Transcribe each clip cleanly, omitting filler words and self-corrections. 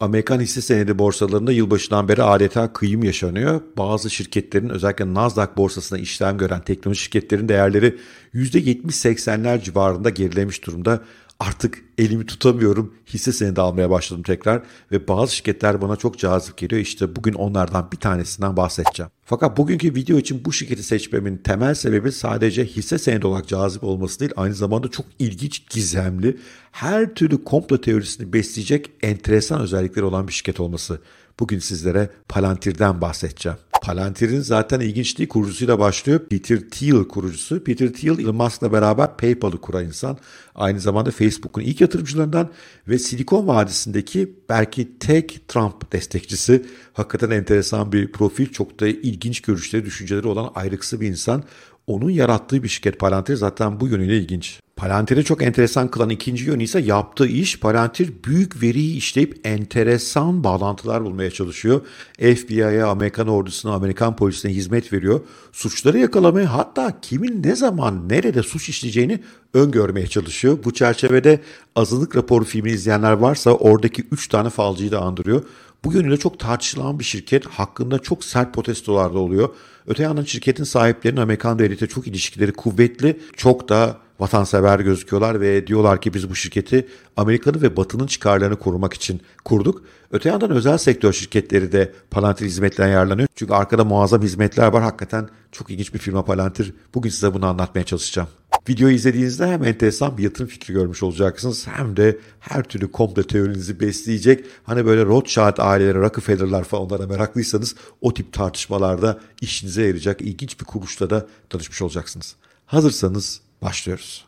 Amerikan hisse senedi borsalarında yılbaşından beri adeta kıyım yaşanıyor. Bazı şirketlerin özellikle Nasdaq borsasında işlem gören teknoloji şirketlerin değerleri %70-80'ler civarında gerilemiş durumda. Artık elimi tutamıyorum, hisse senedi almaya başladım tekrar ve bazı şirketler bana çok cazip geliyor. İşte bugün onlardan bir tanesinden bahsedeceğim. Fakat bugünkü video için bu şirketi seçmemin temel sebebi sadece hisse senedi olarak cazip olması değil, aynı zamanda çok ilginç, gizemli, her türlü komplo teorisini besleyecek enteresan özellikleri olan bir şirket olması. Bugün sizlere Palantir'den bahsedeceğim. Palantir'in zaten ilginçliği kurucusuyla başlıyor. Peter Thiel kurucusu. Peter Thiel, Elon Musk'la beraber PayPal'ı kuran insan. Aynı zamanda Facebook'un ilk yatırımcılarından ve Silikon Vadisi'ndeki belki tek Trump destekçisi. Hakikaten enteresan bir profil. Çok da ilginç görüşleri, düşünceleri olan ayrıksı bir insan. Onun yarattığı bir şirket Palantir zaten bu yönüyle ilginç. Palantir'i çok enteresan kılan ikinci yönü ise yaptığı iş. Palantir büyük veriyi işleyip enteresan bağlantılar bulmaya çalışıyor. FBI'ye, Amerikan ordusuna, Amerikan polisine hizmet veriyor. Suçları yakalamaya, hatta kimin ne zaman nerede suç işleyeceğini öngörmeye çalışıyor. Bu çerçevede Azınlık Raporu filmini izleyenler varsa oradaki 3 tane falcıyı da andırıyor. Bu yönüyle çok tartışılan bir şirket, hakkında çok sert protestolar da oluyor. Öte yandan şirketin sahiplerinin Amerikan devletiyle çok ilişkileri kuvvetli, çok da vatansever gözüküyorlar ve diyorlar ki biz bu şirketi Amerika'nın ve Batı'nın çıkarlarını korumak için kurduk. Öte yandan özel sektör şirketleri de Palantir hizmetlerinden yararlanıyor. Çünkü arkada muazzam hizmetler var. Hakikaten çok ilginç bir firma Palantir. Bugün size bunu anlatmaya çalışacağım. Videoyu izlediğinizde hem enteresan bir yatırım fikri görmüş olacaksınız, hem de her türlü komplo teorinizi besleyecek. Hani böyle Rothschild aileleri, Rockefeller'lar falan, onlara meraklıysanız o tip tartışmalarda işinize yarayacak ilginç bir kuruluşla da tanışmış olacaksınız. Hazırsanız başlıyoruz.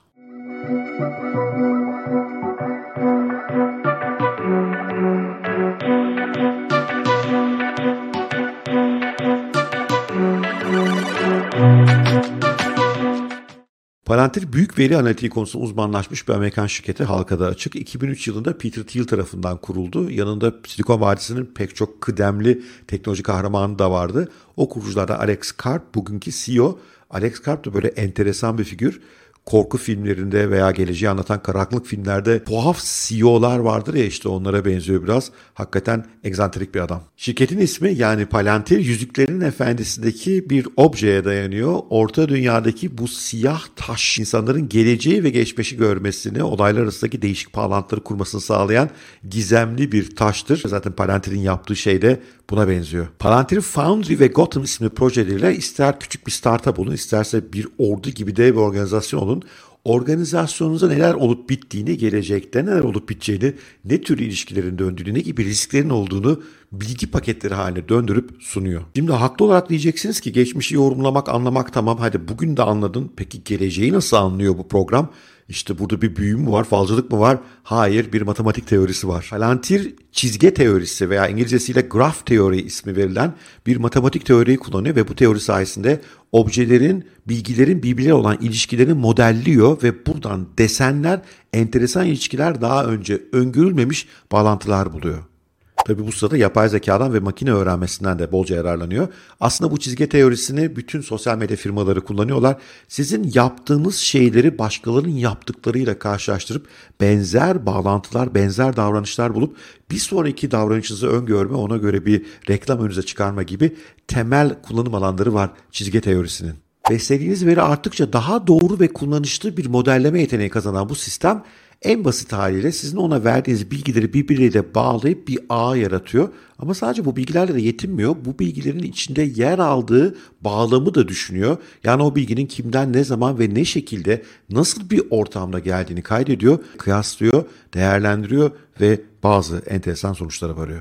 Palantir büyük veri analitiği konusunda uzmanlaşmış bir Amerikan şirketi, halka da açık. 2003 yılında Peter Thiel tarafından kuruldu. Yanında Silikon Vadisi'nin pek çok kıdemli teknoloji kahramanı da vardı. O kuruculardan Alex Karp bugünkü CEO. Alex Karp da böyle enteresan bir figür. Korku filmlerinde veya geleceği anlatan karanlık filmlerde tuhaf CEO'lar vardır ya, işte onlara benziyor biraz. Hakikaten egzantrik bir adam. Şirketin ismi, yani Palantir, Yüzüklerin Efendisi'ndeki bir objeye dayanıyor. Orta Dünya'daki bu siyah taş insanların geleceği ve geçmişi görmesini, olaylar arasındaki değişik bağlantıları kurmasını sağlayan gizemli bir taştır. Zaten Palantir'in yaptığı şey de buna benziyor. Palantir Foundry ve Gotham isimli projeleriyle ister küçük bir startup olun, isterse bir ordu gibi de bir organizasyon olun, organizasyonunuzda neler olup bittiğini, gelecekte neler olup biteceğini, ne tür ilişkilerin döndüğünü, ne gibi risklerin olduğunu bilgi paketleri haline döndürüp sunuyor. Şimdi haklı olarak diyeceksiniz ki geçmişi yorumlamak, anlamak tamam, hadi bugün de anladın. Peki geleceği nasıl anlıyor bu program? İşte burada bir büyü mü var, falcılık mı var? Hayır, bir matematik teorisi var. Palantir çizge teorisi veya İngilizcesiyle graph teori ismi verilen bir matematik teoriyi kullanıyor ve bu teori sayesinde objelerin, bilgilerin birbirleriyle olan ilişkilerini modelliyor ve buradan desenler, enteresan ilişkiler, daha önce öngörülmemiş bağlantılar buluyor. Tabii bu sırada yapay zekadan ve makine öğrenmesinden de bolca yararlanıyor. Aslında bu çizgi teorisini bütün sosyal medya firmaları kullanıyorlar. Sizin yaptığınız şeyleri başkalarının yaptıklarıyla karşılaştırıp benzer bağlantılar, benzer davranışlar bulup bir sonraki davranışınızı öngörme, ona göre bir reklam önünüze çıkarma gibi temel kullanım alanları var çizgi teorisinin. Beslediğiniz veri arttıkça daha doğru ve kullanışlı bir modelleme yeteneği kazanan bu sistem, en basit haliyle sizin ona verdiğiniz bilgileri birbiriyle bağlayıp bir ağ yaratıyor. Ama sadece bu bilgilerle de yetinmiyor. Bu bilgilerin içinde yer aldığı bağlamı da düşünüyor. Yani o bilginin kimden, ne zaman ve ne şekilde, nasıl bir ortamda geldiğini kaydediyor, kıyaslıyor, değerlendiriyor ve bazı enteresan sonuçlara varıyor.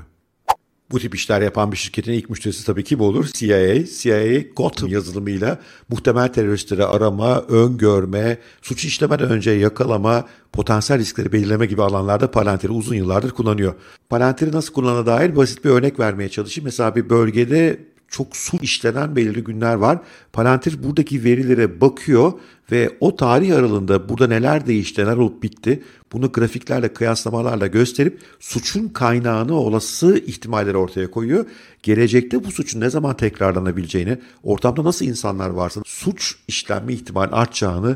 Bu tip işler yapan bir şirketin ilk müşterisi tabii kim olur? CIA. CIA, Gotham yazılımıyla muhtemel teröristleri arama, öngörme, suç işlemeden önce yakalama, potansiyel riskleri belirleme gibi alanlarda Palantir'i uzun yıllardır kullanıyor. Palantir'i nasıl kullanana dair basit bir örnek vermeye çalışayım. Mesela bir bölgede çok suç işlenen belirli günler var. Palantir buradaki verilere bakıyor ve o tarih aralığında burada neler değişti, neler olup bitti, bunu grafiklerle, kıyaslamalarla gösterip suçun kaynağını, olası ihtimalleri ortaya koyuyor. Gelecekte bu suçun ne zaman tekrarlanabileceğini, ortamda nasıl insanlar varsa suç işlenme ihtimali artacağını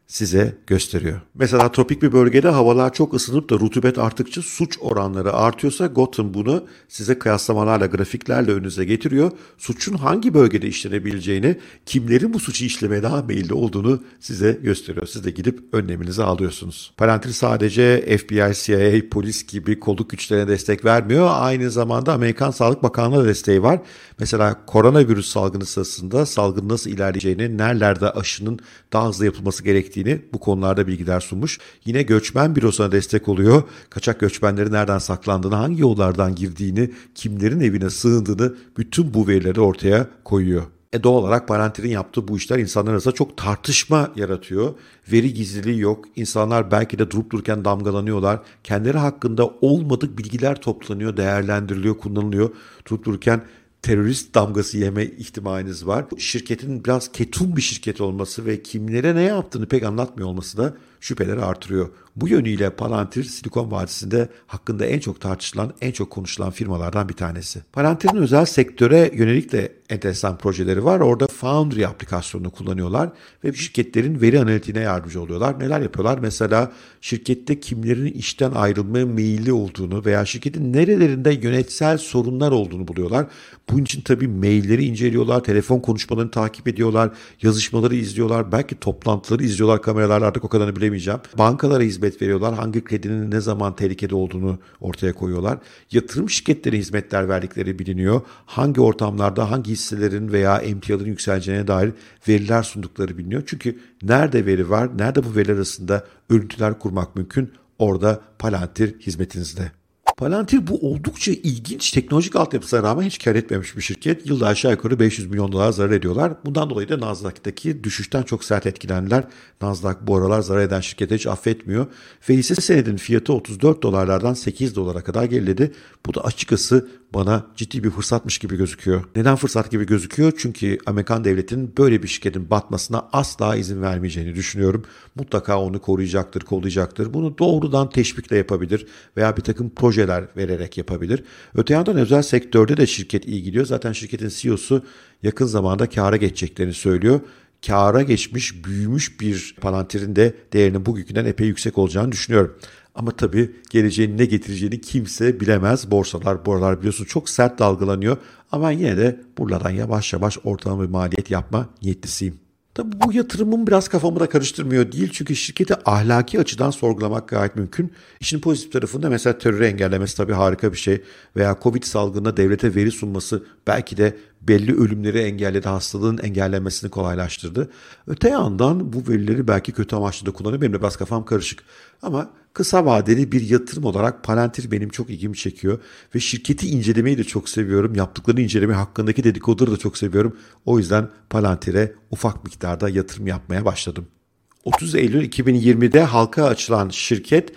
size gösteriyor. Mesela tropik bir bölgede havalar çok ısınıp da rutubet arttıkça suç oranları artıyorsa Gotham bunu size kıyaslamalarla, grafiklerle önünüze getiriyor. Suçun hangi bölgede işlenebileceğini, kimlerin bu suçu işlemeye daha meyilli olduğunu size gösteriyor. Siz de gidip önleminizi alıyorsunuz. Palantir sadece FBI, CIA, polis gibi kolluk güçlerine destek vermiyor. Aynı zamanda Amerikan Sağlık Bakanlığı desteği var. Mesela koronavirüs salgını sırasında salgının nasıl ilerleyeceğini, nerelerde aşının daha hızlı yapılması gerektiğini bu konularda bilgiler sunmuş. Yine göçmen bürosuna destek oluyor. Kaçak göçmenlerin nereden saklandığını, hangi yollardan girdiğini, kimlerin evine sığındığını bütün bu verileri ortaya koyuyor. Doğal olarak Palantir'in yaptığı bu işler insanlar arasında çok tartışma yaratıyor. Veri gizliliği yok. İnsanlar belki de durup dururken damgalanıyorlar. Kendileri hakkında olmadık bilgiler toplanıyor, değerlendiriliyor, kullanılıyor. Durup dururken terörist damgası yeme ihtimaliniz var. Şirketin biraz ketum bir şirket olması ve kimlere ne yaptığını pek anlatmıyor olması da şüpheleri artırıyor. Bu yönüyle Palantir, Silikon Vadisi'nde hakkında en çok tartışılan, en çok konuşulan firmalardan bir tanesi. Palantir'in özel sektöre yönelik de enteresan projeleri var. Orada Foundry aplikasyonunu kullanıyorlar ve şirketlerin veri analitiğine yardımcı oluyorlar. Neler yapıyorlar? Mesela şirkette kimlerin işten ayrılmaya meyilli olduğunu veya şirketin nerelerinde yönetsel sorunlar olduğunu buluyorlar. Bunun için tabii mailleri inceliyorlar, telefon konuşmalarını takip ediyorlar, yazışmaları izliyorlar, belki toplantıları izliyorlar kameralarla, artık o kadarını bilemeyeceğim. Bankalara hizmet veriyorlar, hangi kredinin ne zaman tehlikede olduğunu ortaya koyuyorlar. Yatırım şirketleri hizmetler verdikleri biliniyor. Hangi ortamlarda hangi hisselerin veya emtiaların yükseleceğine dair veriler sundukları biliniyor. Çünkü nerede veri var, nerede bu veriler arasında örüntüler kurmak mümkün, orada Palantir hizmetinizde. Palantir bu oldukça ilginç teknolojik altyapısına rağmen hiç kar etmemiş bir şirket. Yılda aşağı yukarı 500 milyon dolar zarar ediyorlar. Bundan dolayı da Nasdaq'taki düşüşten çok sert etkilendiler. Nasdaq bu aralar zarar eden şirketi hiç affetmiyor. Ve hisse senedinin fiyatı 34 dolarlardan 8 dolara kadar geriledi. Bu da açıkçası bana ciddi bir fırsatmış gibi gözüküyor. Neden fırsat gibi gözüküyor? Çünkü Amerikan devletinin böyle bir şirketin batmasına asla izin vermeyeceğini düşünüyorum. Mutlaka onu koruyacaktır, kollayacaktır. Bunu doğrudan teşvikle yapabilir veya bir takım projeler vererek yapabilir. Öte yandan özel sektörde de şirket iyi gidiyor. Zaten şirketin CEO'su yakın zamanda kâra geçeceklerini söylüyor. Kâra geçmiş, büyümüş bir Palantir'in de değerinin bugünkünden epey yüksek olacağını düşünüyorum. Ama tabii geleceğin ne getireceğini kimse bilemez. Borsalar bu aralar biliyorsunuz çok sert dalgalanıyor. Ama ben yine de buralardan yavaş yavaş ortalama bir maliyet yapma niyetlisiyim. Tabii bu yatırımım biraz kafamı da karıştırmıyor değil. Çünkü şirketi ahlaki açıdan sorgulamak gayet mümkün. İşin pozitif tarafında mesela terörü engellemesi tabii harika bir şey. Veya Covid salgınına devlete veri sunması belki de belli ölümleri engelledi, hastalığın engellenmesini kolaylaştırdı. Öte yandan bu verileri belki kötü amaçlı da kullanıyor. Benim de biraz kafam karışık. Ama kısa vadeli bir yatırım olarak Palantir benim çok ilgimi çekiyor. Ve şirketi incelemeyi de çok seviyorum. Yaptıklarını inceleme hakkındaki dedikoduları da çok seviyorum. O yüzden Palantir'e ufak miktarda yatırım yapmaya başladım. 30 Eylül 2020'de halka açılan şirket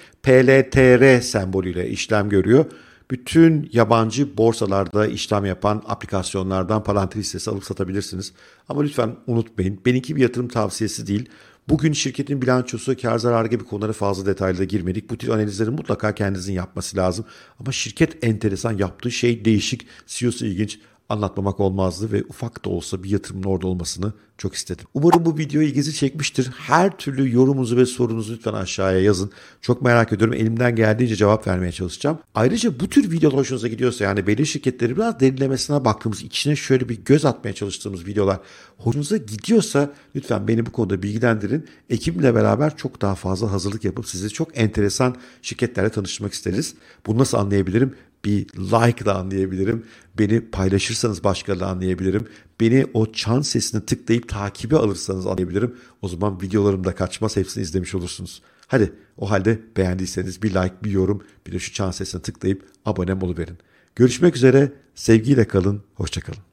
PLTR sembolüyle işlem görüyor. Bütün yabancı borsalarda işlem yapan aplikasyonlardan Palantir hissesi alıp satabilirsiniz. Ama lütfen unutmayın, benimki bir yatırım tavsiyesi değil. Bugün şirketin bilançosu, kar zarar gibi konulara fazla detaylı girmedik. Bu tür analizleri mutlaka kendinizin yapması lazım. Ama şirket enteresan, yaptığı şey değişik, CEO'su ilginç. Anlatmamak olmazdı ve ufak da olsa bir yatırımın orada olmasını çok istedim. Umarım bu video ilginizi çekmiştir. Her türlü yorumunuzu ve sorunuzu lütfen aşağıya yazın. Çok merak ediyorum. Elimden geldiğince cevap vermeye çalışacağım. Ayrıca bu tür videolar hoşunuza gidiyorsa, yani belli şirketleri biraz derinlemesine baktığımız, içine şöyle bir göz atmaya çalıştığımız videolar hoşunuza gidiyorsa lütfen beni bu konuda bilgilendirin. Ekibimle beraber çok daha fazla hazırlık yapıp sizi çok enteresan şirketlerle tanıştırmak isteriz. Bunu nasıl anlayabilirim? Bir like ile anlayabilirim. Beni paylaşırsanız başkalarıyla anlayabilirim. Beni o çan sesini tıklayıp takibe alırsanız anlayabilirim. O zaman videolarım da kaçmaz, hepsini izlemiş olursunuz. Hadi o halde beğendiyseniz bir like, bir yorum, bir de şu çan sesini tıklayıp abone oluverin. Görüşmek üzere, sevgiyle kalın, hoşça kalın.